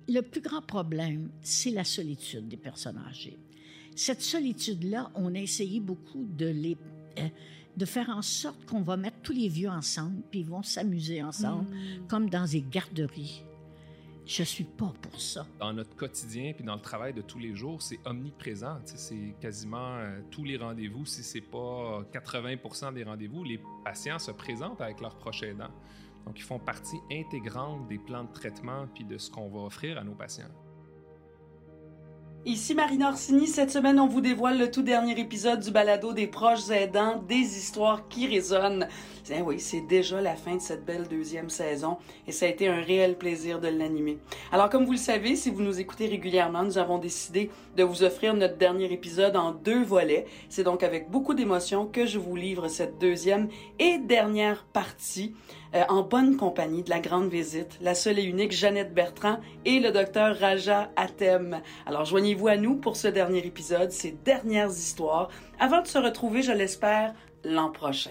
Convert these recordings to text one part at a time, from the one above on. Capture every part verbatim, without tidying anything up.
Le plus grand problème, c'est la solitude des personnes âgées. Cette solitude-là, on a essayé beaucoup de les... Euh, de faire en sorte qu'on va mettre tous les vieux ensemble, puis ils vont s'amuser ensemble, mmh. comme dans des garderies. Je suis pas pour ça. Dans notre quotidien puis dans le travail de tous les jours, c'est omniprésent. Tu sais, c'est quasiment euh, tous les rendez-vous. Si c'est pas quatre-vingts pour cent des rendez-vous, les patients se présentent avec leurs proches aidants. Donc, ils font partie intégrante des plans de traitement puis de ce qu'on va offrir à nos patients. Ici Marina Orsini. Cette semaine, on vous dévoile le tout dernier épisode du balado des proches aidants, des histoires qui résonnent. Eh oui, c'est déjà la fin de cette belle deuxième saison et ça a été un réel plaisir de l'animer. Alors, comme vous le savez, si vous nous écoutez régulièrement, nous avons décidé de vous offrir notre dernier épisode en deux volets. C'est donc avec beaucoup d'émotion que je vous livre cette deuxième et dernière partie euh, en bonne compagnie de la grande visite, la seule et unique Jeannette Bertrand et le docteur Raja Atem. Alors, joignez-vous à nous pour ce dernier épisode, ces dernières histoires, avant de se retrouver, je l'espère, l'an prochain.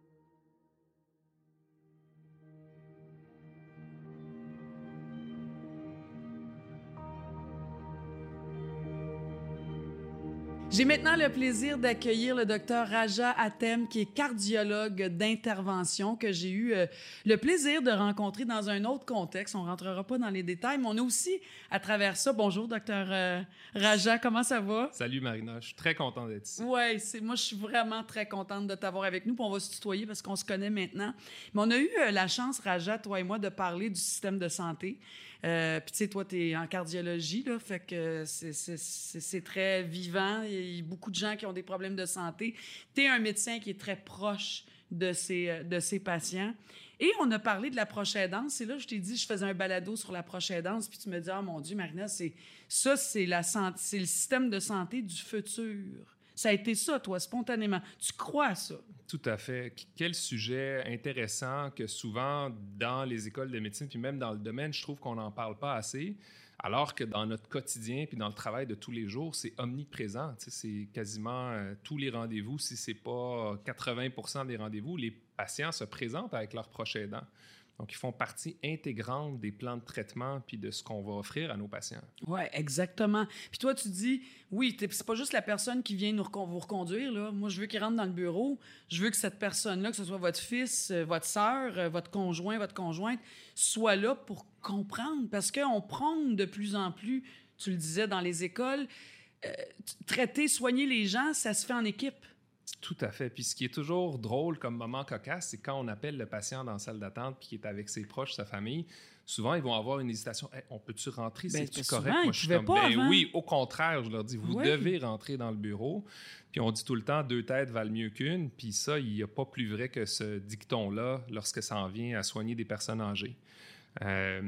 J'ai maintenant le plaisir d'accueillir le docteur Raja Atem, qui est cardiologue d'intervention, que j'ai eu euh, le plaisir de rencontrer dans un autre contexte. On ne rentrera pas dans les détails, mais on a aussi, à travers ça... Bonjour, docteur euh, Raja, comment ça va? Salut, Marina. Je suis très content d'être ici. Oui, c'est, moi, je suis vraiment très contente de t'avoir avec nous. Puis on va se tutoyer parce qu'on se connaît maintenant. Mais on a eu euh, la chance, Raja, toi et moi, de parler du système de santé. Euh, puis tu sais, toi, tu es en cardiologie, là, fait que c'est, c'est, c'est, c'est très vivant. Il y a beaucoup de gens qui ont des problèmes de santé. Tu es un médecin qui est très proche de ses, de ses patients. Et on a parlé de la proche aidance. Et là, je t'ai dit, je faisais un balado sur la proche aidance, puis tu me dis, ah, oh, mon Dieu, Marina, c'est, ça, c'est, la santé, c'est le système de santé du futur. Ça a été ça, toi, spontanément. Tu crois à ça? Tout à fait. Quel sujet intéressant que souvent, dans les écoles de médecine, puis même dans le domaine, je trouve qu'on n'en parle pas assez, alors que dans notre quotidien puis dans le travail de tous les jours, c'est omniprésent. Tu sais, c'est quasiment euh, tous les rendez-vous. Si ce n'est pas quatre-vingts pour cent des rendez-vous, les patients se présentent avec leurs proches aidants. Donc, ils font partie intégrante des plans de traitement puis de ce qu'on va offrir à nos patients. Oui, exactement. Puis toi, tu dis, oui, c'est pas juste la personne qui vient nous recon- vous reconduire. Là. Moi, je veux qu'il rentre dans le bureau. Je veux que cette personne-là, que ce soit votre fils, euh, votre sœur, euh, votre conjoint, votre conjointe, soit là pour comprendre. Parce qu'on prône de plus en plus, tu le disais, dans les écoles, euh, traiter, soigner les gens, ça se fait en équipe. Tout à fait. Puis ce qui est toujours drôle comme moment cocasse, c'est quand on appelle le patient dans la salle d'attente puis qui est avec ses proches, sa famille, souvent, ils vont avoir une hésitation. Hey, on peut-tu rentrer? Ben, C'est-tu souvent, correct? Moi, je suis comme, pas ben avant. oui, au contraire, je leur dis, vous Oui. devez rentrer dans le bureau. Puis on dit tout le temps, deux têtes valent mieux qu'une. Puis ça, il n'y a pas plus vrai que ce dicton-là lorsque ça en vient à soigner des personnes âgées. Euh,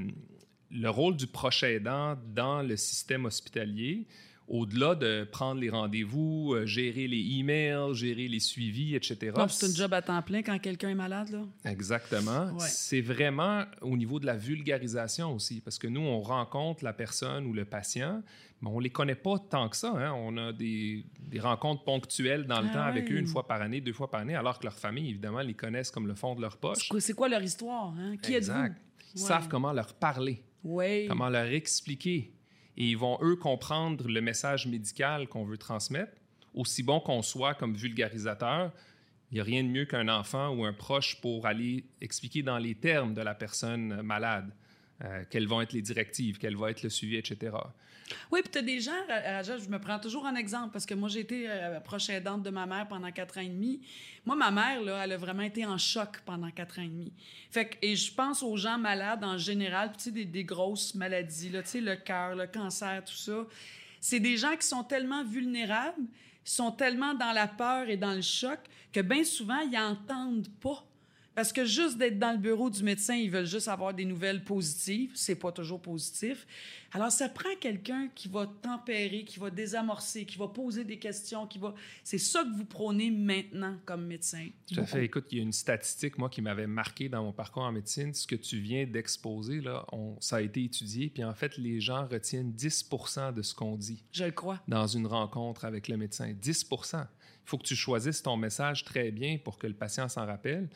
le rôle du proche aidant dans le système hospitalier, au-delà de prendre les rendez-vous, euh, gérer les emails, gérer les suivis, et cetera. Non, c'est un job à temps plein quand quelqu'un est malade, là. Exactement. Ouais. C'est vraiment au niveau de la vulgarisation aussi, parce que nous, on rencontre la personne ou le patient, mais on ne les connaît pas tant que ça. Hein? On a des, des rencontres ponctuelles dans le Ah temps ouais. avec eux, une fois par année, deux fois par année, alors que leur famille, évidemment, les connaissent comme le fond de leur poche. C'est quoi, c'est quoi leur histoire? Hein? Qui exact. êtes-vous? Ils Ouais. savent comment leur parler, Oui. comment leur expliquer. Et ils vont, eux, comprendre le message médical qu'on veut transmettre. Aussi bon qu'on soit comme vulgarisateur, il n'y a rien de mieux qu'un enfant ou un proche pour aller expliquer dans les termes de la personne malade euh, quelles vont être les directives, quel va être le suivi, et cetera. Oui, puis tu as des gens, Raja, je me prends toujours en exemple, parce que moi, j'ai été euh, proche aidante de ma mère pendant quatre ans et demi. Moi, ma mère, là, elle a vraiment été en choc pendant quatre ans et demi. Fait que, et je pense aux gens malades en général, tu sais, des, des grosses maladies, là, tu sais, le cœur, le cancer, tout ça. C'est des gens qui sont tellement vulnérables, sont tellement dans la peur et dans le choc, que bien souvent, ils n'entendent pas. Parce que juste d'être dans le bureau du médecin, ils veulent juste avoir des nouvelles positives. C'est pas toujours positif. Alors, ça prend quelqu'un qui va tempérer, qui va désamorcer, qui va poser des questions, qui va... C'est ça que vous prônez maintenant comme médecin. Tout à fait. Écoute, il y a une statistique, moi, qui m'avait marqué dans mon parcours en médecine. Ce que tu viens d'exposer, là, on, ça a été étudié. Puis en fait, les gens retiennent dix pour cent de ce qu'on dit. Je le crois. Dans une rencontre avec le médecin. dix pour cent. Il faut que tu choisisses ton message très bien pour que le patient s'en rappelle.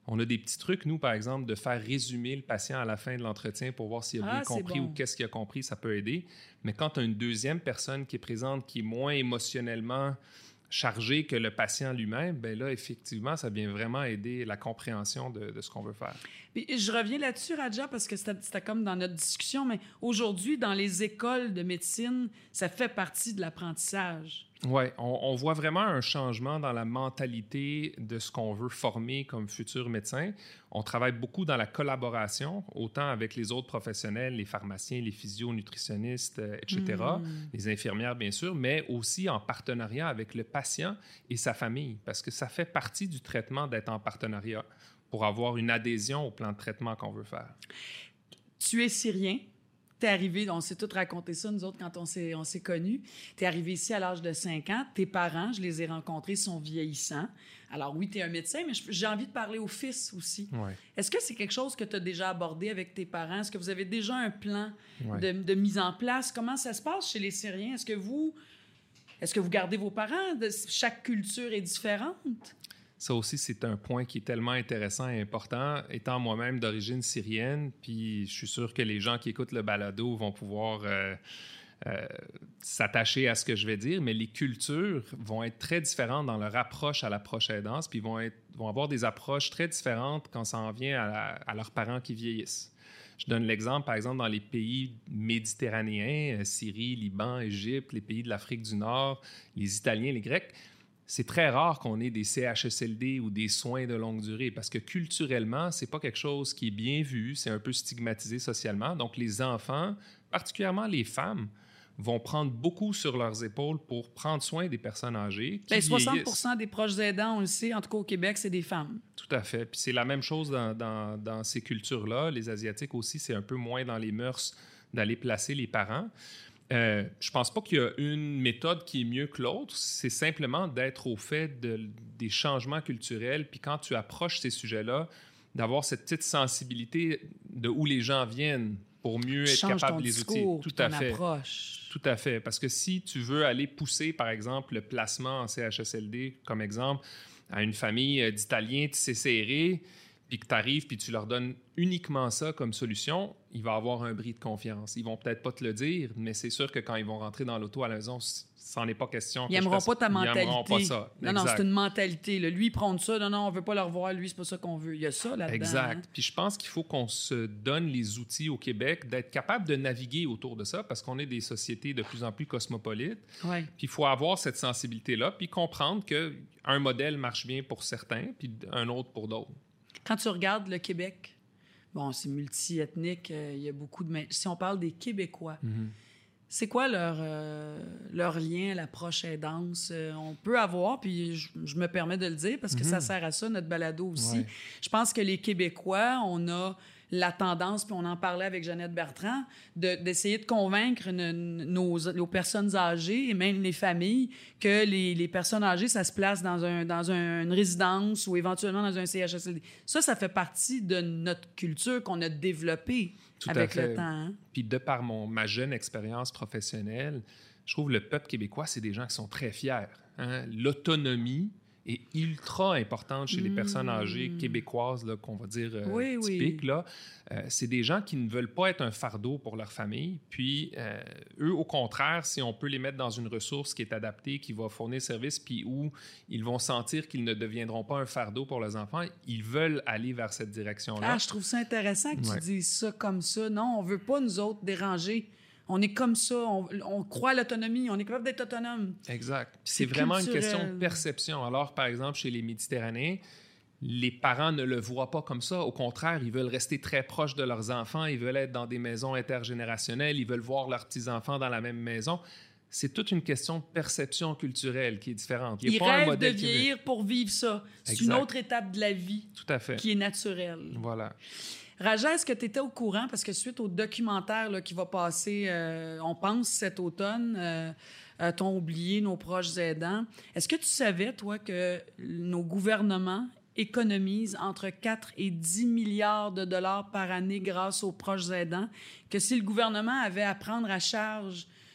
On a des petits trucs, nous, par exemple, de faire résumer le patient à la fin de l'entretien pour voir s'il a Ah, bien c'est compris bon. ou qu'est-ce qu'il a compris, ça peut aider. Mais quand tu as une deuxième personne qui est présente, qui est moins émotionnellement chargée que le patient lui-même, bien là, effectivement, ça vient vraiment aider la compréhension de, de ce qu'on veut faire. Puis, je reviens là-dessus, Raja, parce que c'était, c'était comme dans notre discussion, mais aujourd'hui, dans les écoles de médecine, ça fait partie de l'apprentissage. Oui, on, on voit vraiment un changement dans la mentalité de ce qu'on veut former comme futur médecin. On travaille beaucoup dans la collaboration, autant avec les autres professionnels, les pharmaciens, les physios, nutritionnistes, euh, et cetera, mmh. les infirmières, bien sûr, mais aussi en partenariat avec le patient et sa famille, parce que ça fait partie du traitement d'être en partenariat pour avoir une adhésion au plan de traitement qu'on veut faire. Tu es syrien. T'es arrivé, on s'est tous raconté ça, nous autres, quand on s'est, on s'est connus. T'es arrivé ici à l'âge de cinq ans. Tes parents, je les ai rencontrés, sont vieillissants. Alors oui, t'es un médecin, mais j'ai envie de parler au fils aussi. Ouais. Est-ce que c'est quelque chose que tu as déjà abordé avec tes parents? Est-ce que vous avez déjà un plan ouais. de, de mise en place? Comment ça se passe chez les Syriens? Est-ce que vous, est-ce que vous gardez vos parents? De, chaque culture est différente? Ça aussi, c'est un point qui est tellement intéressant et important. Étant moi-même d'origine syrienne, puis je suis sûr que les gens qui écoutent le balado vont pouvoir euh, euh, s'attacher à ce que je vais dire, mais les cultures vont être très différentes dans leur approche à la proche aidance, puis vont, être, vont avoir des approches très différentes quand ça en vient à, la, à leurs parents qui vieillissent. Je donne l'exemple, par exemple, dans les pays méditerranéens, euh, Syrie, Liban, Égypte, les pays de l'Afrique du Nord, les Italiens, les Grecs. C'est très rare qu'on ait des C H S L D ou des soins de longue durée parce que culturellement, c'est pas quelque chose qui est bien vu, c'est un peu stigmatisé socialement. Donc, les enfants, particulièrement les femmes, vont prendre beaucoup sur leurs épaules pour prendre soin des personnes âgées qui Bien, soixante vieillissent. pour cent des proches aidants, on le sait, en tout cas au Québec, c'est des femmes. Tout à fait. Puis c'est la même chose dans, dans, dans ces cultures-là. Les Asiatiques aussi, c'est un peu moins dans les mœurs d'aller placer les parents. Euh, je ne pense pas qu'il y a une méthode qui est mieux que l'autre. C'est simplement d'être au fait de, des changements culturels. Puis quand tu approches ces sujets-là, d'avoir cette petite sensibilité de où les gens viennent pour mieux être capable de les discours, outils. Tout ton à fait. Approche. Tout à fait. Parce que si tu veux aller pousser, par exemple, le placement en C H S L D, comme exemple, à une famille d'Italiens tissés serrés, puis que tu arrives puis tu leur donnes uniquement ça comme solution, il va avoir un bris de confiance. Ils vont peut-être pas te le dire, mais c'est sûr que quand ils vont rentrer dans l'auto à la maison, ça n'est pas question. Ils n'aimeront pas ta mentalité. Ils n'aimeront pas ça. Non, exact. non, c'est une mentalité. Là. Lui, il prend ça. Non, non, on ne veut pas le revoir. Lui, c'est pas ça qu'on veut. Il y a ça là-dedans. Exact. Hein? Puis je pense qu'il faut qu'on se donne les outils au Québec d'être capable de naviguer autour de ça parce qu'on est des sociétés de plus en plus cosmopolites. Ouais. Puis il faut avoir cette sensibilité-là puis comprendre qu'un modèle marche bien pour certains puis un autre pour d'autres. Quand tu regardes le Québec, bon, c'est multi-ethnique, euh, il y a beaucoup de... Si on parle des Québécois, mm-hmm. c'est quoi leur, euh, leur lien à la proche aidance? Euh, on peut avoir, puis je, je me permets de le dire, parce que mm-hmm. ça sert à ça, notre balado aussi. Ouais. Je pense que les Québécois, on a la tendance, puis on en parlait avec Jeannette Bertrand, de, d'essayer de convaincre une, nos, nos personnes âgées et même les familles que les, les personnes âgées, ça se place dans, un, dans un, une résidence ou éventuellement dans un C H S L D. Ça, ça fait partie de notre culture qu'on a développée Tout avec le temps. Hein? Puis de par mon, ma jeune expérience professionnelle, je trouve que le peuple québécois, c'est des gens qui sont très fiers. Hein? L'autonomie est ultra importante chez les personnes âgées québécoises, là, qu'on va dire euh, oui, typiques. Oui. Là. Euh, c'est des gens qui ne veulent pas être un fardeau pour leur famille. Puis, euh, eux, au contraire, si on peut les mettre dans une ressource qui est adaptée, qui va fournir service, puis où ils vont sentir qu'ils ne deviendront pas un fardeau pour leurs enfants, ils veulent aller vers cette direction-là. Ah, je trouve ça intéressant que ouais. tu dises ça comme ça. Non, on ne veut pas, nous autres, déranger. On est comme ça, on, on croit à l'autonomie, on est capable d'être autonome. Exact. C'est, c'est vraiment culturel. Une question de perception. Alors, par exemple, chez les Méditerranéens, les parents ne le voient pas comme ça. Au contraire, ils veulent rester très proches de leurs enfants, ils veulent être dans des maisons intergénérationnelles, ils veulent voir leurs petits-enfants dans la même maison. C'est toute une question de perception culturelle qui est différente. Il y a pas un modèle de vieillir qui... pour vivre ça. C'est exact. Une autre étape de la vie. Tout à fait. Qui est naturelle. Voilà. Raja, est-ce que tu étais au courant, parce que suite au documentaire là, qui va passer, euh, on pense, cet automne, euh, euh, t'ont oublié nos proches aidants, est-ce que tu savais, toi, que nos gouvernements économisent entre quatre et dix milliards de dollars par année grâce aux proches aidants, que si le gouvernement avait à prendre à charge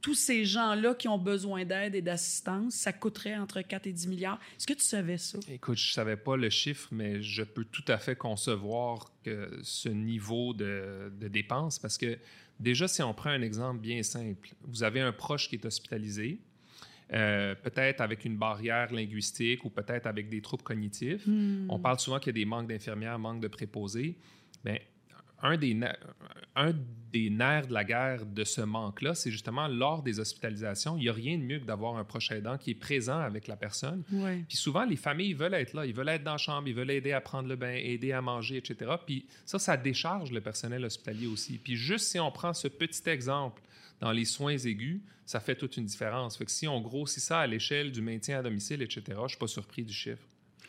tous ces gens-là qui ont besoin d'aide et d'assistance, ça coûterait entre quatre et dix milliards. Est-ce que tu savais ça? Écoute, je ne savais pas le chiffre, mais je peux tout à fait concevoir que ce niveau de, de dépenses, parce que déjà, si on prend un exemple bien simple, vous avez un proche qui est hospitalisé, euh, peut-être avec une barrière linguistique ou peut-être avec des troubles cognitifs. Mm. On parle souvent qu'il y a des manques d'infirmières, manques de préposés. Bien, Un des, un des nerfs de la guerre de ce manque-là, c'est justement lors des hospitalisations, il n'y a rien de mieux que d'avoir un proche aidant qui est présent avec la personne. Ouais. Puis souvent, les familles veulent être là, ils veulent être dans la chambre, ils veulent aider à prendre le bain, aider à manger, et cetera. Puis ça, ça décharge le personnel hospitalier aussi. Puis juste si on prend ce petit exemple dans les soins aigus, ça fait toute une différence. Fait que si on grossit ça à l'échelle du maintien à domicile, et cetera, je ne suis pas surpris du chiffre.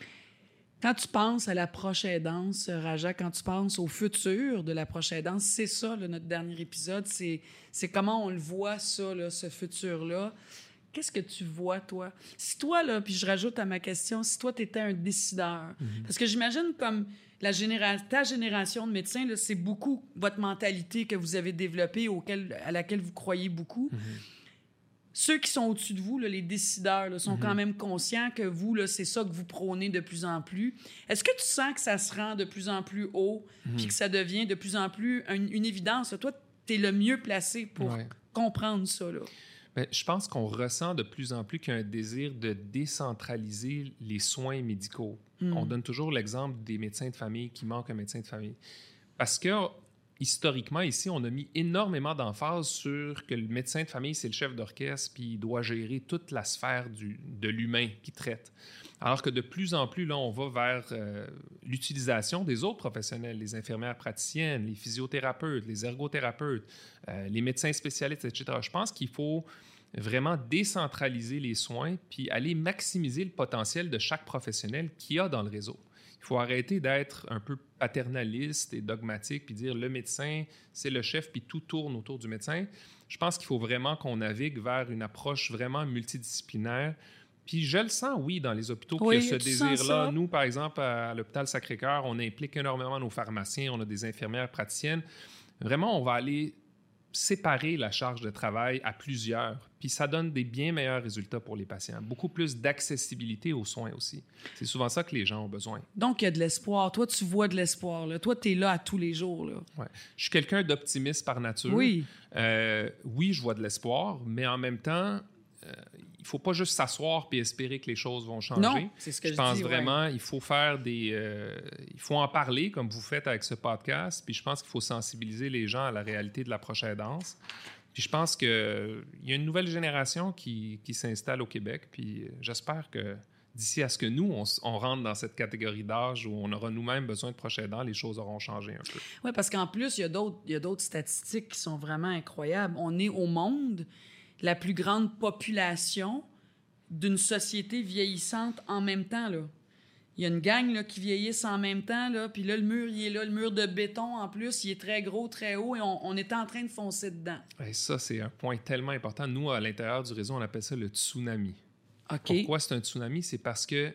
Quand tu penses à la proche aidance, Raja, quand tu penses au futur de la proche aidance, c'est ça, là, notre dernier épisode, c'est, c'est comment on le voit, ça, là, ce futur-là. Qu'est-ce que tu vois, toi? Si toi, là, puis je rajoute à ma question, si toi, tu étais un décideur, mm-hmm. parce que j'imagine comme la généra- ta génération de médecins, là, c'est beaucoup votre mentalité que vous avez développée, auquel, à laquelle vous croyez beaucoup. Mm-hmm. Ceux qui sont au-dessus de vous, là, les décideurs, là, sont mm-hmm. quand même conscients que vous, là, c'est ça que vous prônez de plus en plus. Est-ce que tu sens que ça se rend de plus en plus haut mm-hmm. puis que ça devient de plus en plus une, une évidence? Là? Toi, tu es le mieux placé pour ouais. comprendre ça. Là. Bien, je pense qu'on ressent de plus en plus qu'il y a un désir de décentraliser les soins médicaux. Mm. On donne toujours l'exemple des médecins de famille qui manquent un médecin de famille. Parce que historiquement, ici, on a mis énormément d'emphase sur que le médecin de famille, c'est le chef d'orchestre, puis il doit gérer toute la sphère du, de l'humain qu'il traite. Alors que de plus en plus, là, on va vers euh, l'utilisation des autres professionnels, les infirmières praticiennes, les physiothérapeutes, les ergothérapeutes, euh, les médecins spécialistes, et cetera. Je pense qu'il faut vraiment décentraliser les soins puis aller maximiser le potentiel de chaque professionnel qu'il y a dans le réseau. Il faut arrêter d'être un peu paternaliste et dogmatique puis dire le médecin, c'est le chef puis tout tourne autour du médecin. Je pense qu'il faut vraiment qu'on navigue vers une approche vraiment multidisciplinaire. Puis je le sens, oui, dans les hôpitaux oui, qu'il y a ce désir-là. Nous, par exemple, à l'hôpital Sacré-Cœur, on implique énormément nos pharmaciens, on a des infirmières praticiennes. Vraiment, on va aller séparer la charge de travail à plusieurs. Puis ça donne des bien meilleurs résultats pour les patients. Beaucoup plus d'accessibilité aux soins aussi. C'est souvent ça que les gens ont besoin. Donc, il y a de l'espoir. Toi, tu vois de l'espoir. Là. Toi, tu es là à tous les jours. Là. Ouais. Je suis quelqu'un d'optimiste par nature. Oui. Euh, oui, je vois de l'espoir, mais en même temps, euh, il ne faut pas juste s'asseoir et espérer que les choses vont changer. Non, c'est ce que je, je pense dis, vraiment ouais. il faut faire des... Euh, il faut en parler, comme vous faites avec ce podcast, puis je pense qu'il faut sensibiliser les gens à la réalité de la proche aidance. Puis je pense qu'il y a une nouvelle génération qui, qui s'installe au Québec, puis j'espère que d'ici à ce que nous, on, on rentre dans cette catégorie d'âge où on aura nous-mêmes besoin de proches aidants, les choses auront changé un peu. Oui, parce qu'en plus, il y a d'autres, il y a d'autres statistiques qui sont vraiment incroyables. On est au monde la plus grande population d'une société vieillissante en même temps, là. Il y a une gang là, qui vieillissent en même temps, là, puis là, le mur, il est là, le mur de béton, en plus, il est très gros, très haut, et on, on est en train de foncer dedans. Et ça, c'est un point tellement important. Nous, à l'intérieur du réseau, on appelle ça le tsunami. OK. Pourquoi c'est un tsunami? C'est parce que,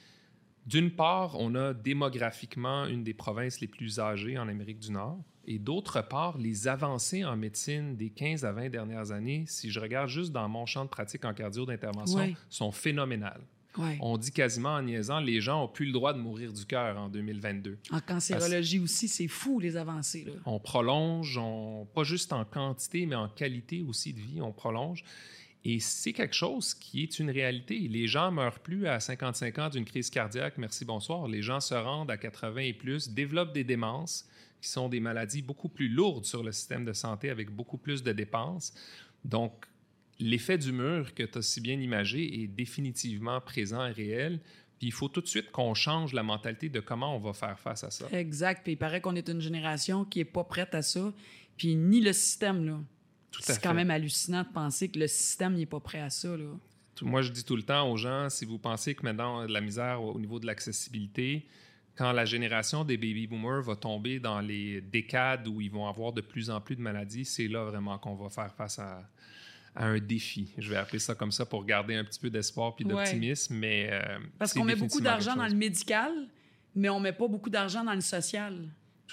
d'une part, on a démographiquement une des provinces les plus âgées en Amérique du Nord, et d'autre part, les avancées en médecine des quinze à vingt dernières années, si je regarde juste dans mon champ de pratique en cardio d'intervention, ouais. sont phénoménales. Ouais. On dit quasiment en niaisant, les gens n'ont plus le droit de mourir du cœur en deux mille vingt-deux. En cancérologie Parce... aussi, c'est fou, les avancées. Là. On prolonge, on... pas juste en quantité, mais en qualité aussi de vie, on prolonge. Et c'est quelque chose qui est une réalité. Les gens ne meurent plus à cinquante-cinq ans d'une crise cardiaque, merci, bonsoir. Les gens se rendent à quatre-vingts et plus, développent des démences, qui sont des maladies beaucoup plus lourdes sur le système de santé avec beaucoup plus de dépenses. Donc, l'effet du mur que tu as si bien imagé est définitivement présent et réel. Puis il faut tout de suite qu'on change la mentalité de comment on va faire face à ça. Exact. Puis il paraît qu'on est une génération qui n'est pas prête à ça. Puis ni le système, là. Tout à C'est fait. quand même hallucinant de penser que le système n'est pas prêt à ça, là. Moi, je dis tout le temps aux gens, si vous pensez que maintenant, on a de la misère au niveau de l'accessibilité, quand la génération des baby boomers va tomber dans les décades où ils vont avoir de plus en plus de maladies, c'est là vraiment qu'on va faire face à, à un défi. Je vais appeler ça comme ça pour garder un petit peu d'espoir puis d'optimisme, ouais. mais euh, Parce qu'on met beaucoup d'argent dans le médical, mais on met pas beaucoup d'argent dans le social. Tout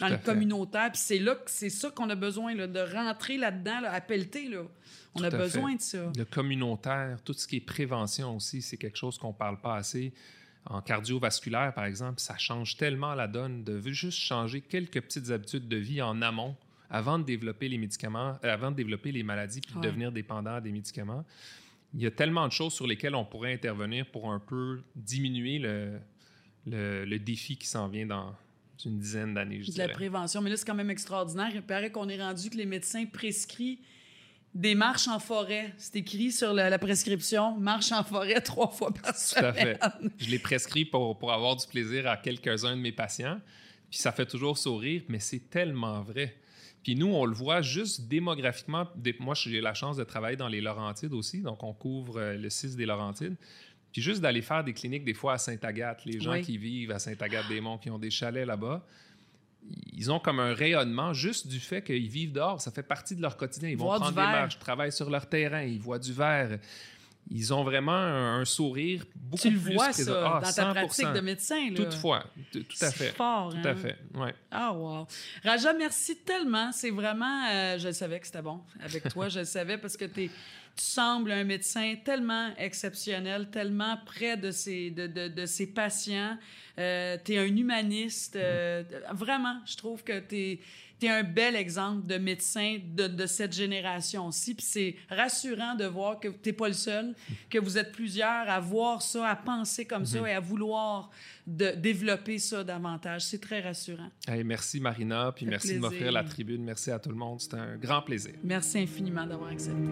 dans le communautaire. Puis c'est là que c'est ça qu'on a besoin, là, de rentrer là-dedans, là, à pelleter, là. On tout a besoin fait. de ça. Le communautaire, tout ce qui est prévention aussi, c'est quelque chose qu'on ne parle pas assez. En cardiovasculaire, par exemple, ça change tellement la donne de juste changer quelques petites habitudes de vie en amont avant de développer les médicaments, euh, avant de développer les maladies puis ouais. de devenir dépendant des médicaments. Il y a tellement de choses sur lesquelles on pourrait intervenir pour un peu diminuer le, le, le défi qui s'en vient dans une dizaine d'années, je dirais. De la prévention. Mais là, c'est quand même extraordinaire. Il paraît qu'on est rendu que les médecins prescrivent des marches en forêt. C'est écrit sur la, la prescription, marche en forêt trois fois par semaine. Tout à fait. Je l'ai prescrit pour, pour avoir du plaisir à quelques-uns de mes patients. Puis ça fait toujours sourire, mais c'est tellement vrai. Puis nous, on le voit juste démographiquement. Moi, j'ai la chance de travailler dans les Laurentides aussi, donc on couvre le C I S des Laurentides. Puis juste d'aller faire des cliniques des fois à Sainte-Agathe, les gens oui. qui vivent à Sainte-Agathe-des-Monts, qui ont des chalets là-bas, ils ont comme un rayonnement juste du fait qu'ils vivent dehors. Ça fait partie de leur quotidien. Ils vont voir prendre des marches, travaillent sur leur terrain, ils voient du verre. Ils ont vraiment un, un sourire beaucoup plus... Tu le vois, présent. ça, ah, dans ta cent pour cent. pratique de médecin. Là. Toutefois, tout, tout à fait. C'est fort, Tout hein? à fait, ouais. Ah, wow. Raja, merci tellement. C'est vraiment... Euh, je le savais que c'était bon. Avec toi, je le savais parce que t'es, tu sembles un médecin tellement exceptionnel, tellement près de ses, de, de, de ses patients. Euh, t'es un humaniste. Euh, mm. Vraiment, je trouve que t'es... Tu es un bel exemple de médecin de, de cette génération-ci. Puis c'est rassurant de voir que tu n'es pas le seul, que vous êtes plusieurs à voir ça, à penser comme mm-hmm. ça et à vouloir de développer ça davantage. C'est très rassurant. Hey, merci Marina, puis merci plaisir. de m'offrir la tribune. Merci à tout le monde. C'était un grand plaisir. Merci infiniment d'avoir accepté.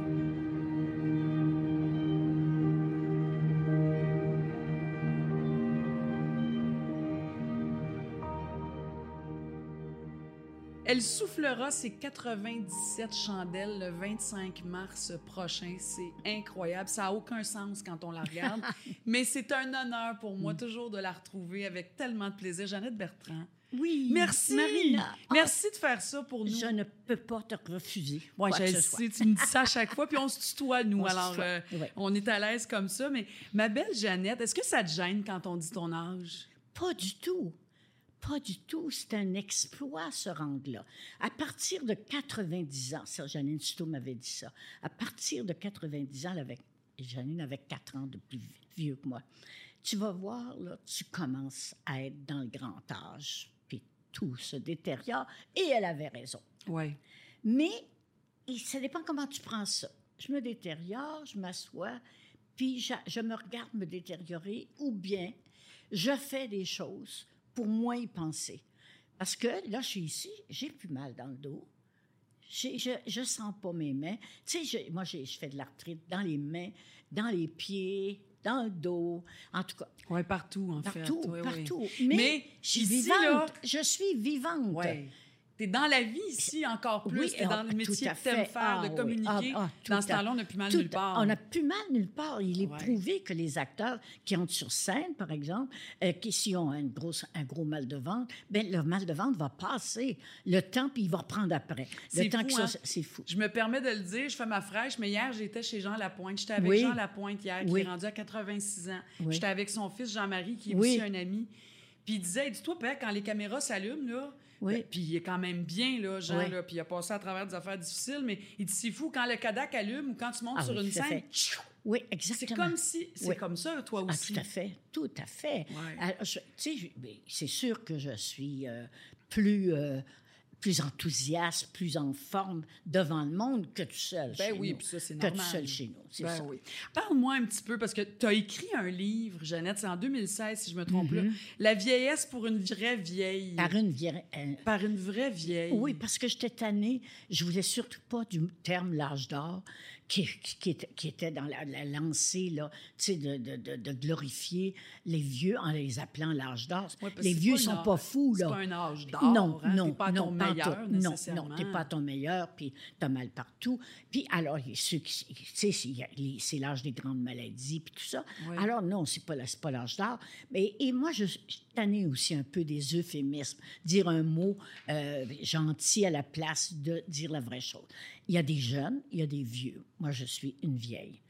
Elle soufflera ses quatre-vingt-dix-sept chandelles le vingt-cinq mars prochain. C'est incroyable. Ça n'a aucun sens quand on la regarde. Mais c'est un honneur pour moi toujours de la retrouver avec tellement de plaisir. Jeannette Bertrand. Oui. Merci. Marina. Merci oh, de faire ça pour nous. Je ne peux pas te refuser. Oui, je sais. Soit. Tu me dis ça à chaque fois. Puis on se tutoie, nous. On Alors, euh, ouais. on est à l'aise comme ça. Mais ma belle Jeannette, est-ce que ça te gêne quand on dit ton âge? Pas du tout. Pas du tout. C'est un exploit, ce rang-là. À partir de quatre-vingt-dix ans, ça, Janine Souto m'avait dit ça, à partir de quatre-vingt-dix ans, elle avait, Janine avait quatre ans de plus vieux que moi, tu vas voir, là, tu commences à être dans le grand âge, puis tout se détériore, et elle avait raison. Oui. Mais et ça dépend comment tu prends ça. Je me détériore, je m'assois, puis je, je me regarde me détériorer, ou bien je fais des choses pour moins y penser. Parce que là, je suis ici, j'ai plus mal dans le dos. J'ai, je je sens pas mes mains. Tu sais, je, moi, j'ai, je fais de l'arthrite dans les mains, dans les pieds, dans le dos, en tout cas. Oui, partout, en partout, fait. Oui, partout. Oui. Mais, Mais je suis ici, vivante. Là, je suis vivante. Oui. Tu es dans la vie ici encore plus. Oui, tu es dans le métier que tu aimes faire, ah, de communiquer. Oui. Ah, ah, dans ce temps-là, on n'a plus mal tout, nulle part. On n'a plus mal nulle part. Il est ouais. prouvé que les acteurs qui entrent sur scène, par exemple, euh, qui s'ils ont un gros, un gros mal de ventre, ben leur mal de ventre va passer le temps, puis il va reprendre après. Le c'est temps fou, que ça, hein? c'est fou. Je me permets de le dire, je fais ma fraîche, mais hier, j'étais chez Jean Lapointe. J'étais avec oui. Jean Lapointe hier, qui oui. est rendu à quatre-vingt-six ans. Oui. J'étais avec son fils Jean-Marie, qui est oui. aussi un ami. Puis il disait, dis-toi, Père, quand les caméras s'allument, là, oui. ben, puis il est quand même bien, là, Jean, oui. là, puis il a passé à travers des affaires difficiles, mais il dit, c'est fou, quand le Kodak allume ou quand tu montes ah, sur oui, une scène, oui, exactement. c'est comme si, c'est oui. comme ça, toi aussi. Ah, tout à fait, tout à fait. Ouais. Alors, je, tu sais, c'est sûr que je suis euh, plus... Euh, plus enthousiaste, plus en forme devant le monde que tout seul ben chez oui, nous. Puis ça, c'est que normal. tout seul chez nous, c'est ben ça. Oui. Parle-moi un petit peu, parce que tu as écrit un livre, Jeannette, c'est en deux mille seize, si je me trompe mm-hmm. là, « La vieillesse pour une vraie vieille ». Par une vieille... Euh, Par une vraie vieille. Oui, parce que j'étais tannée. Je voulais surtout pas du terme « l'âge d'or », qui, qui, qui, était, qui était dans la, la lancée, là, tu sais, de, de, de, de glorifier les vieux en les appelant l'âge d'or. Ouais, les vieux sont âge, pas fous, là. C'est pas un âge d'or, non, hein? Non, t'es pas à non, ton pas meilleur, non, nécessairement. non, t'es pas à ton meilleur, puis t'as mal partout. Puis alors, ceux qui, tu sais, c'est l'âge des grandes maladies, puis tout ça. Oui. Alors non, c'est pas, c'est pas l'âge d'or. Mais, et moi, je suis tannée aussi un peu des euphémismes, dire un mot euh, gentil à la place de dire la vraie chose. Il y a des jeunes, il y a des vieux. Moi, je suis une vieille.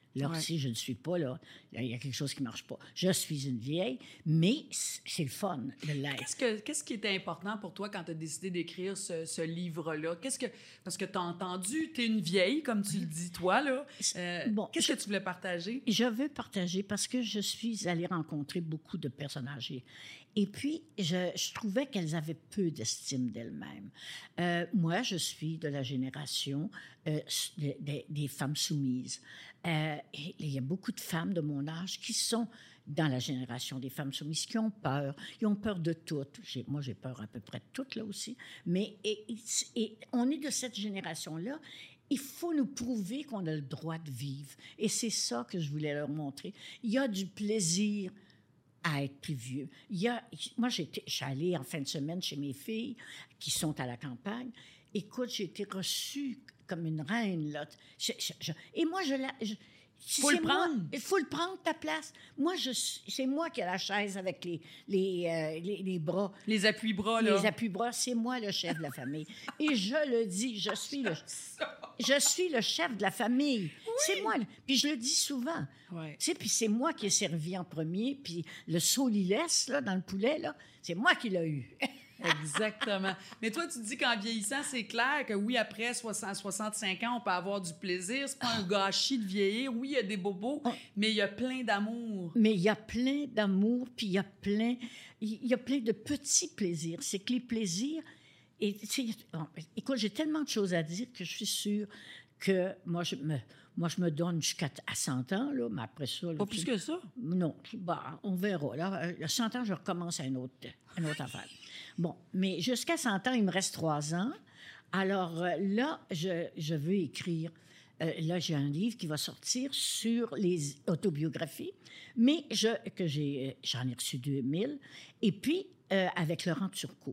Là, Ouais. si je ne suis pas, là, il y a quelque chose qui ne marche pas. Je suis une vieille, mais c'est le fun de l'être. Qu'est-ce, que, qu'est-ce qui était important pour toi quand tu as décidé d'écrire ce, ce livre-là? Qu'est-ce que, parce que tu as entendu, tu es une vieille, comme tu le dis, toi, là. Euh, Bon, qu'est-ce je- que tu voulais partager? Je veux partager parce que je suis allée rencontrer beaucoup de personnes âgées. Et puis, je, je trouvais qu'elles avaient peu d'estime d'elles-mêmes. Euh, moi, je suis de la génération euh, des, des- des femmes soumises. Euh, et il y a beaucoup de femmes de mon âge qui sont dans la génération des femmes soumises, qui ont peur. Ils ont peur de tout. J'ai, moi, j'ai peur à peu près de tout, là aussi. Mais et, et, et on est de cette génération-là. Il faut nous prouver qu'on a le droit de vivre. Et c'est ça que je voulais leur montrer. Il y a du plaisir à être plus vieux. Il y a, moi, j'étais, je suis allée en fin de semaine chez mes filles qui sont à la campagne. Écoute, j'ai été reçue comme une reine, là. Je- je- je- et moi, je la... Je, Faut le prendre. Il faut le prendre, ta place. Moi, je, suis- c'est moi qui ai la chaise avec les, les, euh, les, les bras. Les appuis-bras, là. Les appuis-bras, c'est moi le chef de la famille. Et je le dis, je suis le, je suis le chef de la famille. C'est moi. le- Puis je le dis souvent. Ouais. Tu sais, puis c'est moi qui ai servi en premier, puis le solilès, là, dans le poulet, là, c'est moi qui l'ai eu. Exactement. Mais toi, tu dis qu'en vieillissant, c'est clair que oui, après soixante, soixante-cinq ans, on peut avoir du plaisir. C'est pas un gâchis de vieillir. Oui, il y a des bobos, mais il y a plein d'amour. Mais il y a plein d'amour, puis il y a plein, il y a plein de petits plaisirs. C'est que les plaisirs... Et, tu sais, bon, écoute, j'ai tellement de choses à dire que je suis sûre que moi, je me, moi, je me donne jusqu'à à cent ans, là, mais après ça... là, Pas tu- plus que ça. Non, bah, on verra. Là, à cent ans, je recommence à une autre, une autre affaire. Bon, mais jusqu'à cent ans, il me reste trois ans. Alors euh, là, je, je veux écrire. Euh, là, j'ai un livre qui va sortir sur les autobiographies, mais je, que j'ai, j'en ai reçu deux mille. Et puis, euh, avec Laurent Turcot,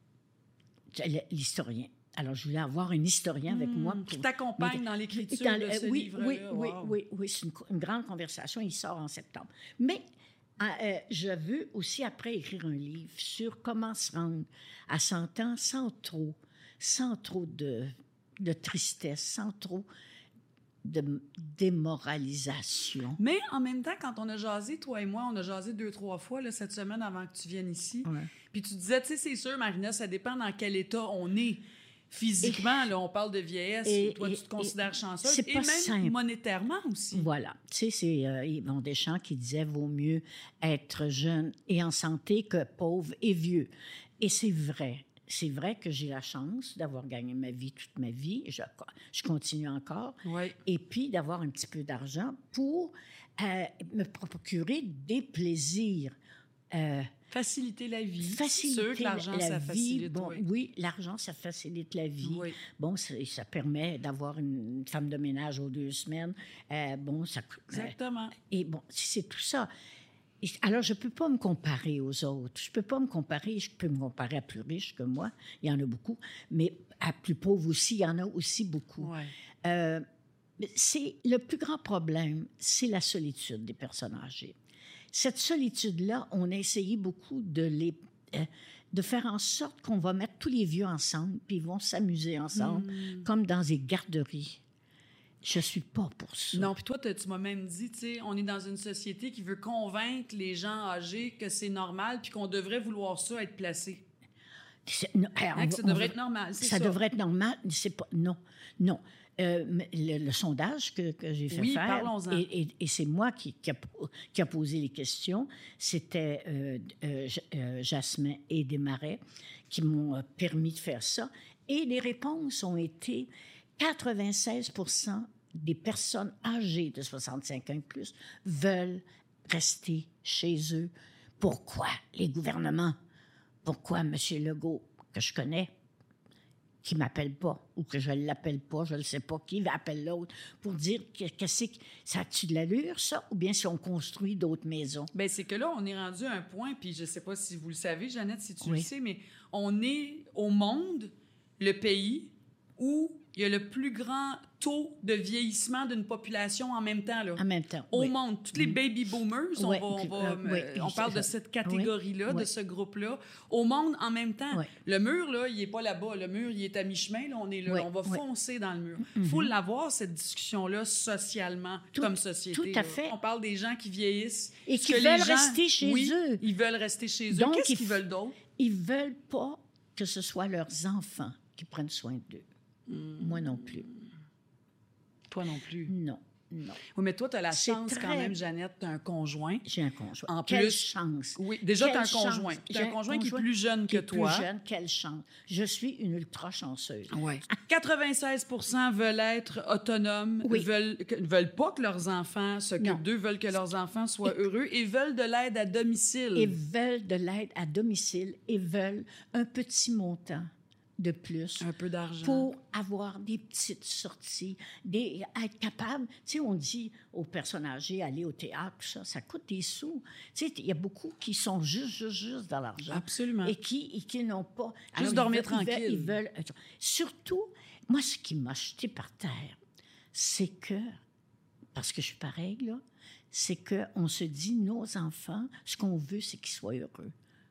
l'historien. Alors, je voulais avoir un historien avec moi. Mmh, qui pour- t'accompagne mais- dans l'écriture dans de le- ce oui, livre-là. oui, oui, Wow. oui, oui, c'est une, co- une grande conversation. Il sort en septembre. Mais euh, euh, je veux aussi après écrire un livre sur comment se rendre à cent ans sans trop, sans trop de, de tristesse, sans trop de démoralisation. Mais en même temps, quand on a jasé, toi et moi, on a jasé deux, trois fois là, cette semaine avant que tu viennes ici. Ouais. Puis tu disais, tu sais, c'est sûr, Marina, ça dépend dans quel état on est. Physiquement, là, on parle de vieillesse. et- toi, et- tu te considères chanceuse. c'est Et pas même simple. monétairement aussi. Voilà. Tu sais, c'est euh, Yvon Deschamps qui disait « Vaut mieux être jeune et en santé que pauvre et vieux ». Et c'est vrai. C'est vrai que j'ai la chance d'avoir gagné ma vie toute ma vie. Je, je continue encore. Oui. Et puis d'avoir un petit peu d'argent pour euh, me procurer des plaisirs. Euh, Faciliter la vie. faciliter C'est sûr que l'argent, la ça vie. facilite. Bon, oui. oui, l'argent, ça facilite la vie. Oui. Bon, ça, ça permet d'avoir une femme de ménage aux deux semaines. Euh, bon, ça... Exactement. Et bon, si c'est tout ça. Et alors, je ne peux pas me comparer aux autres. Je ne peux pas me comparer. Je peux me comparer à plus riches que moi. Il y en a beaucoup. Mais à plus pauvres aussi, il y en a aussi beaucoup. Ouais. Euh, c'est, le plus grand problème, c'est la solitude des personnes âgées. Cette solitude-là, on a essayé beaucoup de, les, euh, de faire en sorte qu'on va mettre tous les vieux ensemble, puis ils vont s'amuser ensemble, Mm. comme dans des garderies. Je ne suis pas pour ça. Non, puis toi, t'as- tu m'as même dit, tu sais, on est dans une société qui veut convaincre les gens âgés que c'est normal puis qu'on devrait vouloir ça être placé. C'est- non, alors, Hein, on que va- ça on devrait va- être normal, c'est Ça ça. devrait être normal, mais c'est pas... Non, non. Euh, mais le, le sondage que, que j'ai fait Oui, faire, parlons-en. et, et- et c'est moi qui, qui, a, qui a posé les questions, c'était euh, euh, J- euh, Jasmin et Desmarais qui m'ont euh, permis de faire ça. Et les réponses ont été quatre-vingt-seize pour cent des personnes âgées de soixante-cinq ans et plus veulent rester chez eux. Pourquoi les gouvernements? Pourquoi M. Legault, que je connais, qui ne m'appelle pas, ou que je ne l'appelle pas, je ne sais pas qui appelle l'autre, pour dire que, que c'est, ça a-tu de l'allure, ça, ou bien si on construit d'autres maisons? Bien, c'est que là, on est rendu à un point, puis je ne sais pas si vous le savez, Jeannette, si tu Oui. le sais, mais on est au monde, le pays, où il y a le plus grand taux de vieillissement d'une population en même temps. Là. En même temps, Au oui. monde. Tous les baby boomers, on, Ouais, va, on, va, euh, oui, euh, on c'est parle ça. de cette catégorie-là, Oui, de oui. ce groupe-là. Au monde, en même temps. Oui. Le mur, là, il n'est pas là-bas. Le mur, il est à mi-chemin. Là, on est là. Oui, On va oui. foncer dans le mur. Il faut l'avoir, cette discussion-là, socialement, Tout- comme société. tout à là. fait. On parle des gens qui vieillissent. Et Ce qui que les veulent gens- rester chez oui, eux. Ils veulent rester chez eux. Donc, Qu'est-ce il qu'ils f- veulent d'autre? Ils veulent pas que ce soit leurs enfants qui prennent soin d'eux. Moi non plus. Toi non plus. Non, non. Oui, mais toi, tu as la C'est chance très- quand même, Jeannette, tu as un conjoint. J'ai un conjoint. En Quelle plus- chance. Oui, déjà, tu as un Quelle chance. conjoint. Tu as J'ai un conjoint qui est plus jeune qui que est toi. Plus jeune, quelle chance. Je suis une ultra chanceuse. Ouais. quatre-vingt-seize pour cent veulent être autonomes, Oui. veulent, que- veulent pas que leurs enfants Non. s'occupent d'eux, veulent que leurs enfants soient heureux et veulent de l'aide à domicile. Et veulent de l'aide à domicile et veulent un petit montant de plus Un peu d'argent. pour avoir des petites sorties, des, être capable. Tu sais, on dit aux personnes âgées, aller au théâtre, tout ça, ça coûte des sous. Tu sais, il y a beaucoup qui sont juste, juste, juste dans l'argent. Absolument. Et qui, et qui n'ont pas... Juste Alors, dormir ils veulent- ils veulent- tranquille. Ils veulent, surtout, moi, ce qui m'a jeté par terre, c'est que, parce que je suis pareille, là, c'est qu'on se dit, nos enfants, ce qu'on veut, c'est qu'ils soient heureux.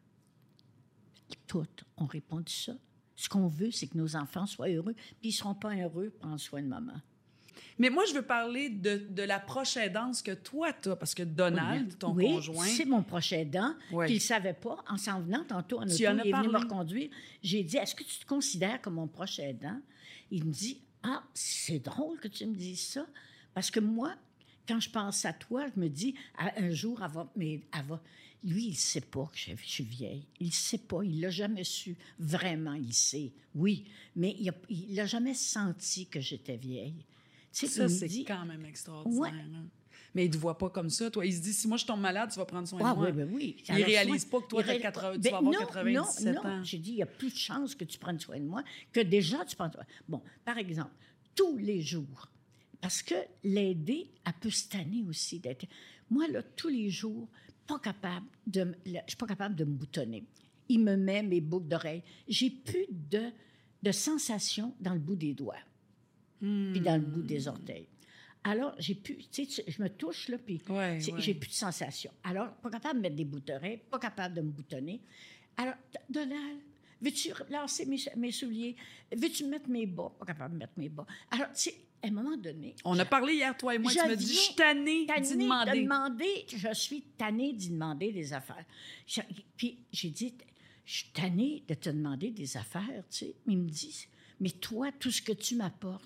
Toutes ont répondu ça. Ce qu'on veut, c'est que nos enfants soient heureux, puis ils ne seront pas heureux pour prendre soin de maman. Mais moi, je veux parler de, de la proche aidance que toi, tu as, parce que Donald, ton oui, conjoint... c'est mon prochain aidant, Oui. qu'il ne savait pas. En s'en venant tantôt en auto, Tu en as il est venu me parlé. reconduire. J'ai dit, est-ce que tu te considères comme mon prochain aidant? Il me dit, ah, c'est drôle que tu me dises ça, parce que moi, quand je pense à toi, je me dis, ah, un jour, elle va... Mais elle va lui, il ne sait pas que je, je suis vieille. Il ne sait pas. Il ne l'a jamais su. Vraiment, il sait. Oui. Mais il n'a jamais senti que j'étais vieille. Tu sais, Ça, il me c'est dit- quand même extraordinaire. Ouais. hein. Mais il ne te voit pas comme ça, toi. Il se dit, si moi je tombe malade, tu vas prendre soin Ah de moi. oui, ben oui. Il Alors, réalise soin- pas que toi, il t'as ré- quatre-vingts, tu Ben vas avoir non, quatre-vingt-dix-sept non, non. ans. J'ai dit, il y a plus de chances que tu prennes soin de moi que déjà tu prends soin. Bon, par exemple, tous les jours, parce que l'aider, elle peut se tanner aussi d'être... Moi, là, tous les jours, pas capable de... me- là, je suis pas capable de me boutonner. Il me met mes boucles d'oreilles. J'ai plus de, de sensation dans le bout des doigts, Hmm. puis dans le bout des orteils. Alors, j'ai plus... Tu sais, je me touche, là, puis Ouais, c'est- ouais. j'ai plus de sensation. Alors, pas capable de mettre des boucles d'oreilles, pas capable de me boutonner. Alors, D- Donald, veux-tu lancer mes, mes souliers? Veux-tu mettre mes bas? Pas capable de mettre mes bas. Alors, tu sais, à un moment donné... On a parlé hier, toi et moi, Je tu m'as dit, je viens suis tannée tannée d'y demander. de demander. Je suis tannée d'y demander des affaires. Je- puis j'ai dit, je suis tannée de te demander des affaires, tu sais. Mais il me dit, mais toi, tout ce que tu m'apportes...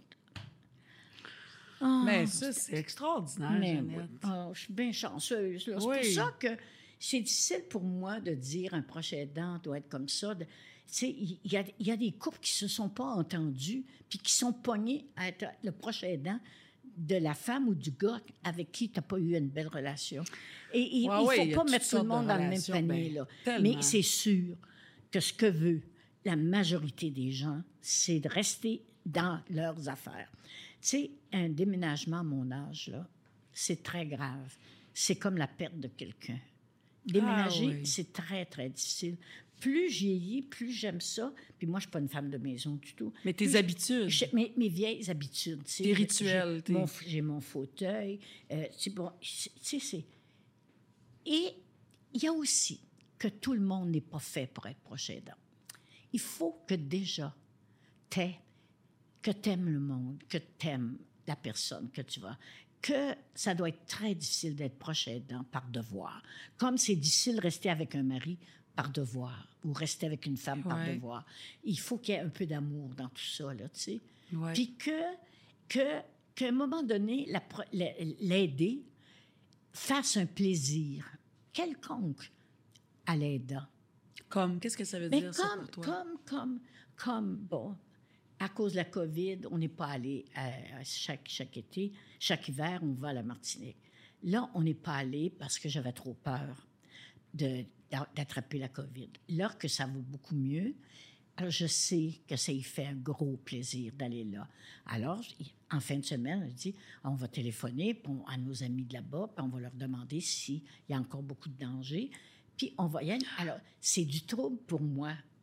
Ah, Mais ça, c'est extraordinaire, mais Jeannette. oui. Ah, je suis bien chanceuse. là. C'est Oui. pour ça que c'est difficile pour moi de dire un proche aidant doit être comme ça. De- tu sais, il il y, a, il y a des couples qui se sont pas entendus puis qui sont pognés à être le proche aidant de la femme ou du gars avec qui tu n'as pas eu une belle relation. Et, et il Ouais, ne ouais, faut il y a pas toutes mettre tout le sortes de monde dans le même relations, panier. ben, là. tellement. Mais c'est sûr que ce que veut la majorité des gens, c'est de rester dans leurs affaires. Tu sais, un déménagement à mon âge, là, c'est très grave. C'est comme la perte de quelqu'un. Déménager, Ah oui. c'est très, très difficile. Plus je vieillis, plus j'aime ça. Puis moi, je ne suis pas une femme de maison du tout. Mais tes Plus- habitudes. je- mes, mes vieilles habitudes. tu sais. Tes rituels, J'ai tes- mon, j'ai mon fauteuil. euh, c'est bon, c'est- tu sais, c'est... Et il y a aussi que tout le monde n'est pas fait pour être proche aidant. Il faut que déjà, t'aies, que tu aimes le monde, que tu aimes la personne que tu vas, que ça doit être très difficile d'être proche aidant par devoir. Comme c'est difficile de rester avec un mari par devoir ou rester avec une femme par Ouais. devoir. Il faut qu'il y ait un peu d'amour dans tout ça, là, tu sais. Ouais. Puis que, que, qu'à un moment donné, la pro- la- l'aider fasse un plaisir quelconque à l'aidant. Comme, qu'est-ce que ça veut Mais dire, ça, comme, pour toi? comme, comme, comme, bon, à cause de la COVID, on n'est pas allé à, à chaque, chaque été. Chaque hiver, on va à la Martinique. Là, on n'est pas allé parce que j'avais trop peur de, d'attraper la COVID. Là que ça va beaucoup mieux, alors je sais que ça y fait un gros plaisir d'aller là. Alors, en fin de semaine, je dis, on va téléphoner puis on- à nos amis de là-bas, puis on va leur demander s'il y a encore beaucoup de danger. Puis on va y aller. Alors, c'est du trouble pour moi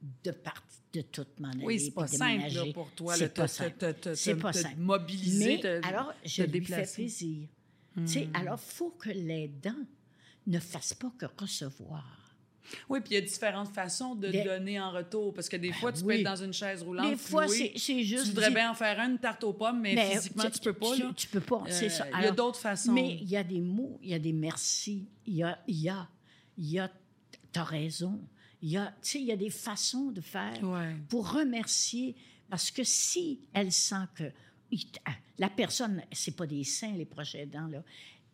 de part, de toute m'en aller. Oui, c'est pas puis simple déménager. là, pour toi. C'est là, pas te- simple. te- te- C'est te- pas te simple. mobiliser, Mais te- alors, je te lui fais déplacer. plaisir. Tu sais, alors, il faut que l'aidant ne fasse pas que recevoir. Oui, puis il y a différentes façons de Des- donner en retour. Parce que des Ben fois, tu peux oui. être dans une chaise roulante. Des fois, clouée. c'est c'est juste... Tu voudrais dire- bien en faire une tarte aux pommes, mais, Mais physiquement, tu, peux pas. Tu, là. tu peux pas, c'est Euh, ça. Il y a Alors, d'autres façons. Mais il y a des mots, il y a des merci, il y a, il y a, il y a, t'as raison. Il y a, tu sais, il y a des façons de faire Ouais. pour remercier, parce que si elle sent que il- ah, la personne, c'est pas des saints les proches aidants là.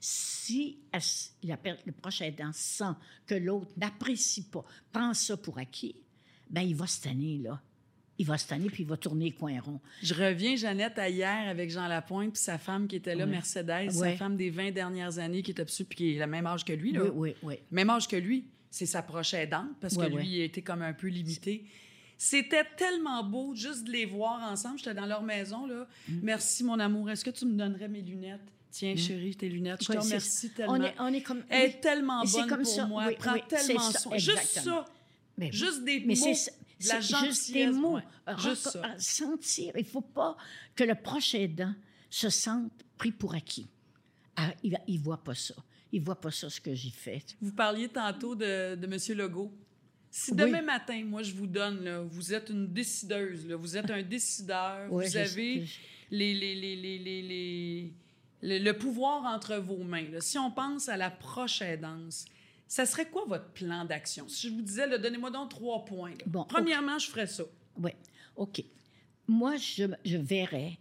Si elle s- la per- le proche aidant sent que l'autre n'apprécie pas, prend ça pour acquis, ben il va se tanner là. Il va se tanner puis il va tourner coin rond. Je reviens, Jeannette, à hier avec Jean Lapointe puis sa femme qui était là, Ouais. Mercedes, sa Ouais. femme des vingt dernières années qui est dessus puis qui est le même âge que lui. Là. Oui, oui, oui. Même âge que lui. C'est sa proche aidante parce Ouais, que lui, ouais. il était comme un peu limité. C'était tellement beau juste de les voir ensemble. J'étais dans leur maison. Là. Mm. Merci, mon amour. Est-ce que tu me donnerais mes lunettes? Tiens, chérie, tes lunettes. Je te Ouais, c'est- remercie tellement. On est, on est comme. Elle oui. est tellement Et c'est bonne comme pour ça, moi. oui, Elle prend oui, tellement c'est ça, soin. Juste exactement. ça. Mais oui. Juste des Mais mots. c'est de la c'est juste des gentillesse, mots. ouais. Juste Reco- ça. Sentir. Il ne faut pas que le proche aidant se sente pris pour acquis. Ah, il ne voit pas ça. Il ne voit pas ça, ce que j'y fais. Vous parliez tantôt de, de M. Legault. Si Oui. demain matin, moi, je vous donne, là, vous êtes une décideuse, là, vous êtes un décideur, Ouais, vous je- avez je- les, les, les, les, les, les- le, le pouvoir entre vos mains. Là. Si on pense à la proche aidance, ça serait quoi votre plan d'action? Si je vous disais, là, donnez-moi donc trois points. là. Bon, Premièrement, je ferais ça. Oui, OK. Moi, je, je verrais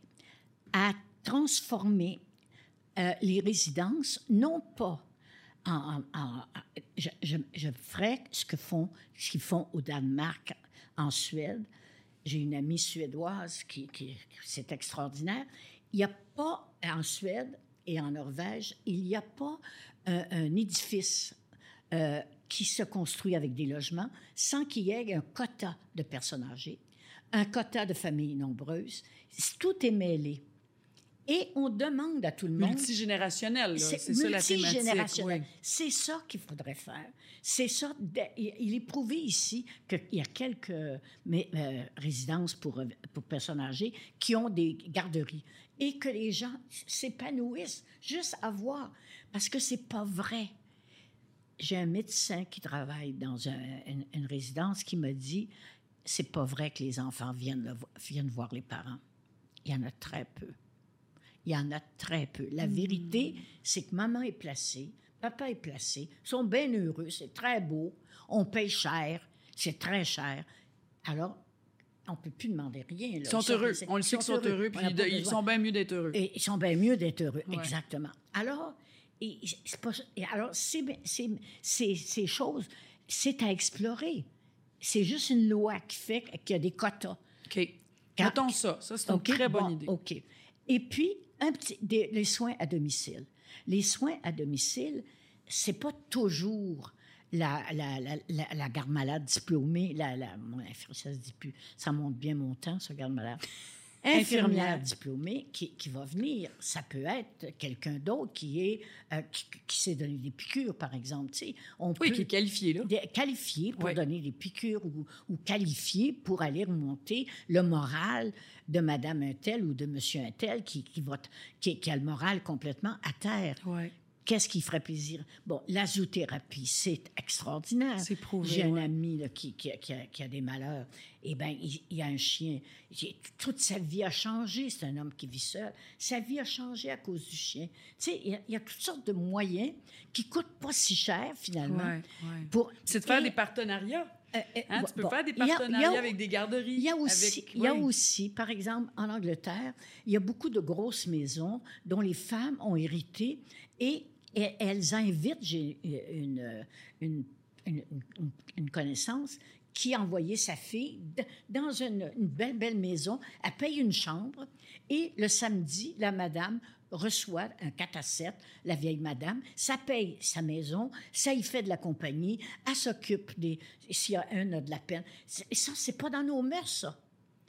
à transformer euh, les résidences, non pas en... en- en- je, je, je ferais ce que font, ce qu'ils font au Danemark, en Suède. J'ai une amie suédoise qui, qui, qui- c'est extraordinaire. Il n'y a pas, en Suède et en Norvège, il n'y a pas un, un édifice euh, qui se construit avec des logements sans qu'il y ait un quota de personnes âgées, un quota de familles nombreuses. Tout est mêlé. Et on demande à tout le monde... Multigénérationnel, là. C'est c'est ça la thématique. multigénérationnel. oui. C'est ça qu'il faudrait faire. C'est ça. de- il il est prouvé ici qu'il y a quelques mais, euh, résidences pour, euh, pour personnes âgées qui ont des garderies et que les gens s'épanouissent juste à voir. Parce que c'est pas vrai. J'ai un médecin qui travaille dans un- une, une résidence qui m'a dit c'est pas vrai que les enfants viennent, le vo- viennent voir les parents. Il y en a très peu. Il y en a très peu. La vérité, c'est que maman est placée, papa est placé, ils sont bien heureux, c'est très beau, on paye cher, c'est très cher. Alors, on ne peut plus demander rien. Là. Ils sont heureux. On le ils sait qu'ils sont heureux, On puis n'a pas ils besoin. sont bien mieux d'être heureux. Et ils sont bien mieux d'être heureux, Ouais. exactement. Alors, et, c'est pas, et alors c'est, c'est, c'est, ces choses, c'est à explorer. C'est juste une loi qui fait qu'il y a des quotas. OK. Quand- Notons ça. Ça, c'est une OK, très bonne bon, idée. OK. Et puis, un petit, des- les soins à domicile. Les soins à domicile, c'est pas toujours la, la, la, la, la garde malade diplômée, la, la, mon infirmière, ça se dit plus, ça monte bien mon temps, ce garde malade. Infirmière Infirmière. diplômée qui, qui va venir, ça peut être quelqu'un d'autre qui est euh, qui, qui sait donner des piqûres, par exemple. Tu sais, on Oui, peut qui est qualifié, là. des- qualifié pour Ouais. donner des piqûres ou, ou qualifié pour aller remonter le moral de Madame Untel ou de Monsieur Untel qui, qui, va t- qui, qui a le moral complètement à terre. Ouais. Qu'est-ce qui ferait plaisir? Bon, la zoothérapie, c'est extraordinaire. C'est prouvé, J'ai un ouais. ami là, qui, qui, a, qui a- qui a des malheurs. Eh bien, il, il a un chien. Il- toute sa vie a changé. C'est un homme qui vit seul. Sa vie a changé à cause du chien. Tu sais, il y a, il y a toutes sortes de moyens qui ne coûtent pas si cher, finalement. Ouais, ouais. Pour, C'est de faire et- des partenariats. euh, euh, Hein, bon, tu peux bon, faire des il y a- il y a- partenariats avec des garderies. Il y a aussi, avec- il y a oui. aussi, par exemple, en Angleterre, il y a beaucoup de grosses maisons dont les femmes ont hérité et, et elles invitent, j'ai une, une, une, une- une connaissance qui a envoyé sa fille d- dans une, une belle, belle maison, elle paye une chambre et le samedi, la madame reçoit un quatre à sept, la vieille madame, ça paye sa maison, ça y fait de la compagnie, elle s'occupe des... S'il y a un a de la peine. C'est- Ça, c'est pas dans nos mœurs, ça.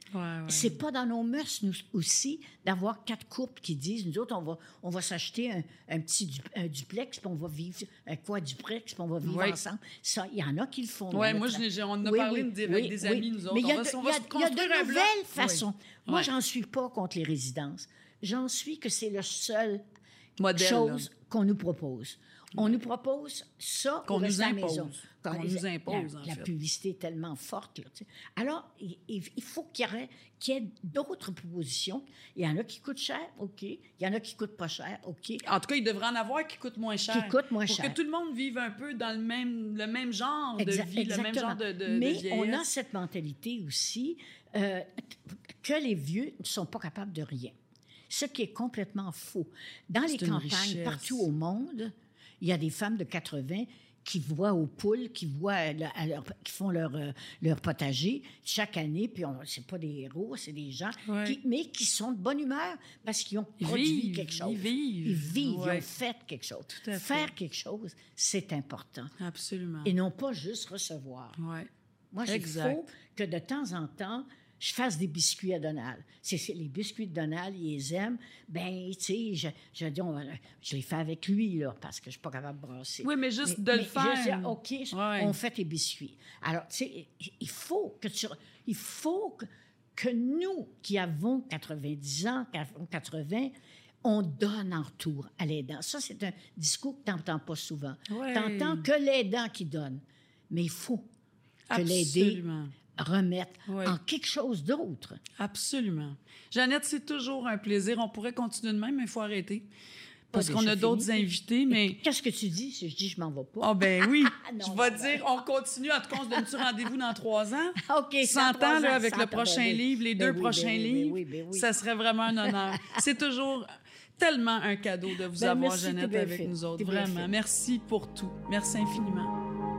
Ouais, ouais. C'est pas dans nos mœurs, nous aussi, d'avoir quatre couples qui disent, nous autres, on va, on va s'acheter un, un petit du, un duplex, puis on va vivre, un quadruplex, puis on va vivre Ouais. ensemble. Ça, il y en a qui le font. Oui, dans moi, notre- je n'ai- on en a Oui, parlé oui, des- oui, avec des oui. amis, nous autres. Mais il y a On va- de, on il va y a- se il y a construire de un bloc. nouvelles Oui. façons. Moi, Ouais. j'en suis pas contre les résidences. J'en suis que c'est le seul Modèle, chose qu'on nous propose. On nous propose ça Qu'on ou nous rester à la impose. maison. Quand Qu'on les- nous impose, la, en la fait. publicité est tellement forte. Là, tu sais. Alors, il, il- il faut qu'il y, aurait- qu'il y ait d'autres propositions. Il y en a qui coûtent cher, OK. Il y en a qui coûtent pas cher, OK. En tout cas, il devrait en avoir qui coûtent moins cher. Qui coûtent moins pour cher. que tout le monde vive un peu dans le même, le même genre Exa- de vie, le même exactement. genre de, de, Mais de on a vieillesse. cette mentalité aussi euh, que les vieux ne sont pas capables de rien. Ce qui est complètement faux. Dans les C'est une campagnes, richesse. partout au monde, il y a des femmes de quatre-vingts qui voient aux poules, qui, voient le- à leur- qui font leur, euh, leur potager chaque année, puis on, c'est pas des héros, c'est des gens, Ouais. qui, mais qui sont de bonne humeur parce qu'ils ont Ils produit vivent, quelque chose. ils vivent. Ils vivent, Ouais. ils ont fait quelque chose. Tout à fait. Faire quelque chose, c'est important. Absolument. Et non pas juste recevoir. Ouais. Moi, il Exact. faut que de temps en temps, je fasse des biscuits à Donald. C'est, c'est les biscuits de Donald, ils les aiment. Ben, tu sais, je, je, dis, on- je les fais avec lui, là, parce que je ne suis pas capable de brasser. Oui, mais juste de Mais- le mais faire. je dis, OK, Ouais. on fait tes biscuits. Alors, tu sais, il faut que tu... Il faut que, que nous, qui avons quatre-vingt-dix ans, qui avons quatre-vingts, on donne en retour à l'aidant. Ça, c'est un discours que tu n'entends pas souvent. Ouais. Tu n'entends que l'aidant qui donne. Mais il faut que l'aider Absolument. remette Ouais. en quelque chose d'autre. Absolument. Jeannette, c'est toujours un plaisir. On pourrait continuer de même, mais il faut arrêter. Parce Pas qu'on déjà a d'autres fini. invités, mais... Qu'est-ce que tu dis si je dis je m'en vais pas? Ah ben oui, Non, je non, vais non. dire, on continue. En tout cas, on se donne-tu rendez-vous dans trois ans? OK, cent trois ans, là, ans, avec cent le ans, prochain ben oui. livre, les Ben deux oui, prochains ben oui, ben livres, oui, ben oui. ça serait vraiment un honneur. C'est toujours tellement un cadeau de vous Ben, avoir, merci, Jeannette, t'es bien avec fait. nous autres. T'es bien Vraiment. fait. Merci pour tout. Merci infiniment.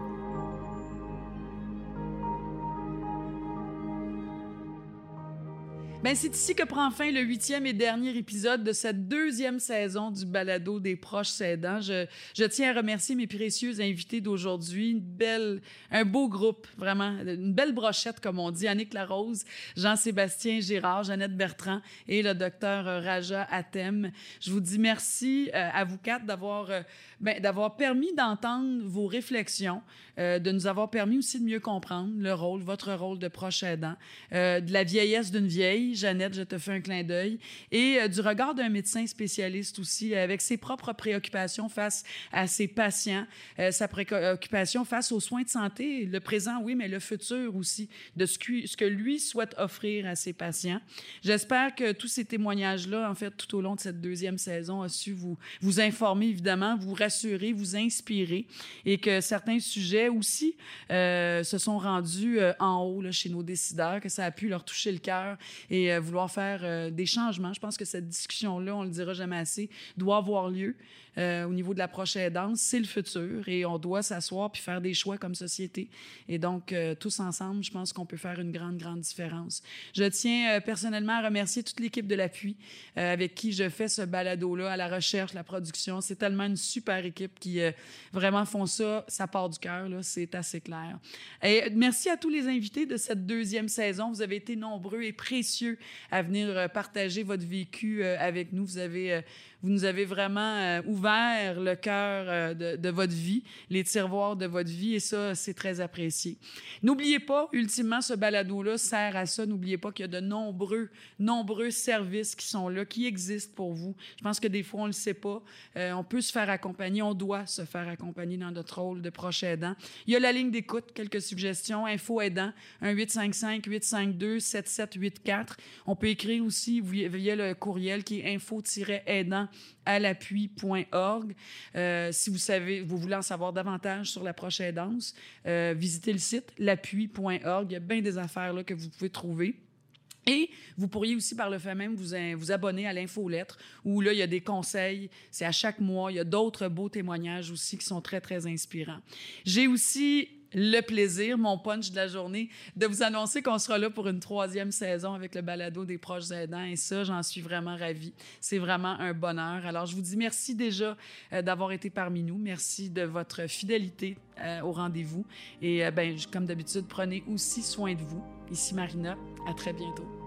Ben, c'est ici que prend fin le huitième et dernier épisode de cette deuxième saison du balado des proches aidants. Je, je tiens à remercier mes précieux invités d'aujourd'hui. Une belle, un beau groupe, vraiment. Une belle brochette, comme on dit. Annick Larose, Jean-Sébastien Girard, Jeannette Bertrand et le docteur Raja Atem. Je vous dis merci euh, à vous quatre d'avoir, euh, ben, d'avoir permis d'entendre vos réflexions, euh, de nous avoir permis aussi de mieux comprendre le rôle, votre rôle de proche aidant, euh, de la vieillesse d'une vieille. Jeannette, je te fais un clin d'œil. Et euh, du regard d'un médecin spécialiste aussi, avec ses propres préoccupations face à ses patients, euh, sa préoccupation face aux soins de santé, le présent, oui, mais le futur aussi, de ce, que, ce que lui souhaite offrir à ses patients. J'espère que tous ces témoignages-là, en fait, tout au long de cette deuxième saison, a su vous, vous informer, évidemment, vous rassurer, vous inspirer, et que certains sujets aussi euh, se sont rendus euh, en haut là, chez nos décideurs, que ça a pu leur toucher le cœur et euh, vouloir faire euh, des changements. Je pense que cette discussion-là, on le dira jamais assez, doit avoir lieu euh, au niveau de la proche aidance. C'est le futur et on doit s'asseoir puis faire des choix comme société. Et donc, euh, tous ensemble, je pense qu'on peut faire une grande, grande différence. Je tiens euh, personnellement à remercier toute l'équipe de l'appui euh, avec qui je fais ce balado-là, à la recherche, la production. C'est tellement une super équipe qui euh, vraiment font ça, ça part du cœur, là, c'est assez clair. Et merci à tous les invités de cette deuxième saison. Vous avez été nombreux et précieux à venir euh, partager votre vécu euh, avec nous. Vous avez, euh, vous nous avez vraiment euh, ouvert le cœur euh, de, de votre vie, les tiroirs de votre vie, et ça, c'est très apprécié. N'oubliez pas, ultimement, ce balado-là sert à ça. N'oubliez pas qu'il y a de nombreux, nombreux services qui sont là, qui existent pour vous. Je pense que des fois, on le sait pas. Euh, on peut se faire accompagner, on doit se faire accompagner dans notre rôle de proche aidant. Il y a la ligne d'écoute, quelques suggestions, info aidant, un huit cinq cinq, huit cinq deux, sept sept huit quatre. On peut écrire aussi via le courriel qui est info-aidant à l'appui point org. Euh, si vous savez, vous voulez en savoir davantage sur la proche aidance, euh, visitez le site l'appui point org. Il y a bien des affaires là que vous pouvez trouver. Et vous pourriez aussi, par le fait même, vous, vous abonner à l'infolettre, où là, il y a des conseils. C'est à chaque mois. Il y a d'autres beaux témoignages aussi qui sont très, très inspirants. J'ai aussi le plaisir, mon punch de la journée, de vous annoncer qu'on sera là pour une troisième saison avec le balado des proches aidants. Et ça, j'en suis vraiment ravie. C'est vraiment un bonheur. Alors, je vous dis merci déjà euh, d'avoir été parmi nous. Merci de votre fidélité euh, au rendez-vous. Et euh, ben, comme d'habitude, prenez aussi soin de vous. Ici Marina. À très bientôt.